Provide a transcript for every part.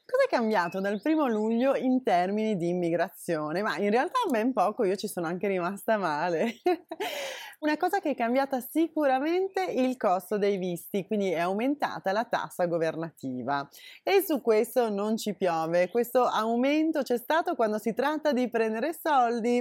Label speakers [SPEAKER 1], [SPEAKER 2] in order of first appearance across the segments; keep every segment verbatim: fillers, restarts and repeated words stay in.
[SPEAKER 1] Cosa è cambiato dal primo luglio in termini di immigrazione? Ma in realtà ben poco, io ci sono anche rimasta male. Una cosa che è cambiata sicuramente il costo dei visti, quindi è aumentata la tassa governativa e su questo non ci piove. Questo aumento c'è stato quando si tratta di prendere soldi,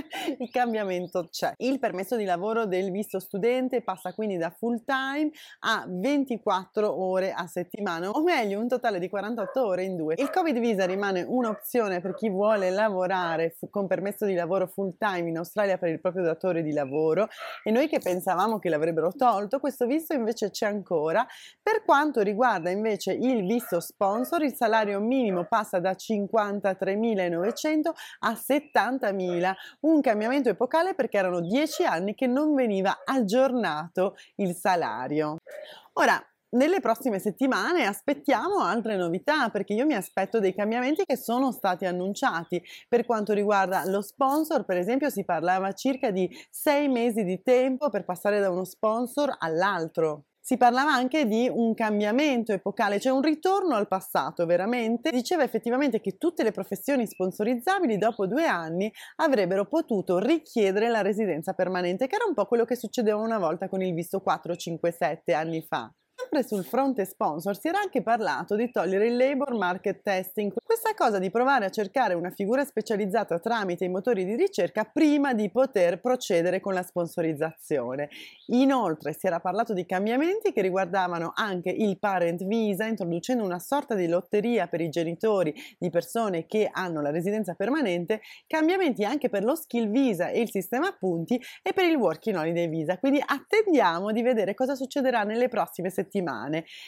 [SPEAKER 1] il cambiamento c'è. Il permesso di lavoro del visto studente passa quindi da full time a ventiquattro ore a settimana, o meglio un totale di quarantotto ore in due. Il Covid visa rimane un'opzione per chi vuole lavorare con permesso di lavoro full time in Australia per il proprio datore di lavoro, e noi che pensavamo che l'avrebbero tolto, questo visto invece c'è ancora. Per quanto riguarda invece il visto sponsor, il salario minimo passa da cinquantatremilanovecento a settantamila, un cambiamento epocale perché erano dieci anni che non veniva aggiornato il salario. Ora, nelle prossime settimane aspettiamo altre novità, perché io mi aspetto dei cambiamenti che sono stati annunciati. Per quanto riguarda lo sponsor, per esempio, si parlava circa di sei mesi di tempo per passare da uno sponsor all'altro. Si parlava anche di un cambiamento epocale, cioè un ritorno al passato veramente. Diceva effettivamente che tutte le professioni sponsorizzabili dopo due anni avrebbero potuto richiedere la residenza permanente, che era un po' quello che succedeva una volta con il visto quattro, cinque, sette anni fa. Sempre sul fronte sponsor si era anche parlato di togliere il labor market testing, questa cosa di provare a cercare una figura specializzata tramite i motori di ricerca prima di poter procedere con la sponsorizzazione. Inoltre si era parlato di cambiamenti che riguardavano anche il parent visa, introducendo una sorta di lotteria per i genitori di persone che hanno la residenza permanente, cambiamenti anche per lo skill visa e il sistema punti e per il working holiday visa. Quindi attendiamo di vedere cosa succederà nelle prossime settimane.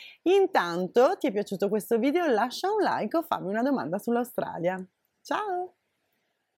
[SPEAKER 1] Intanto, ti è piaciuto questo video? Lascia un like o fammi una domanda sull'Australia. Ciao!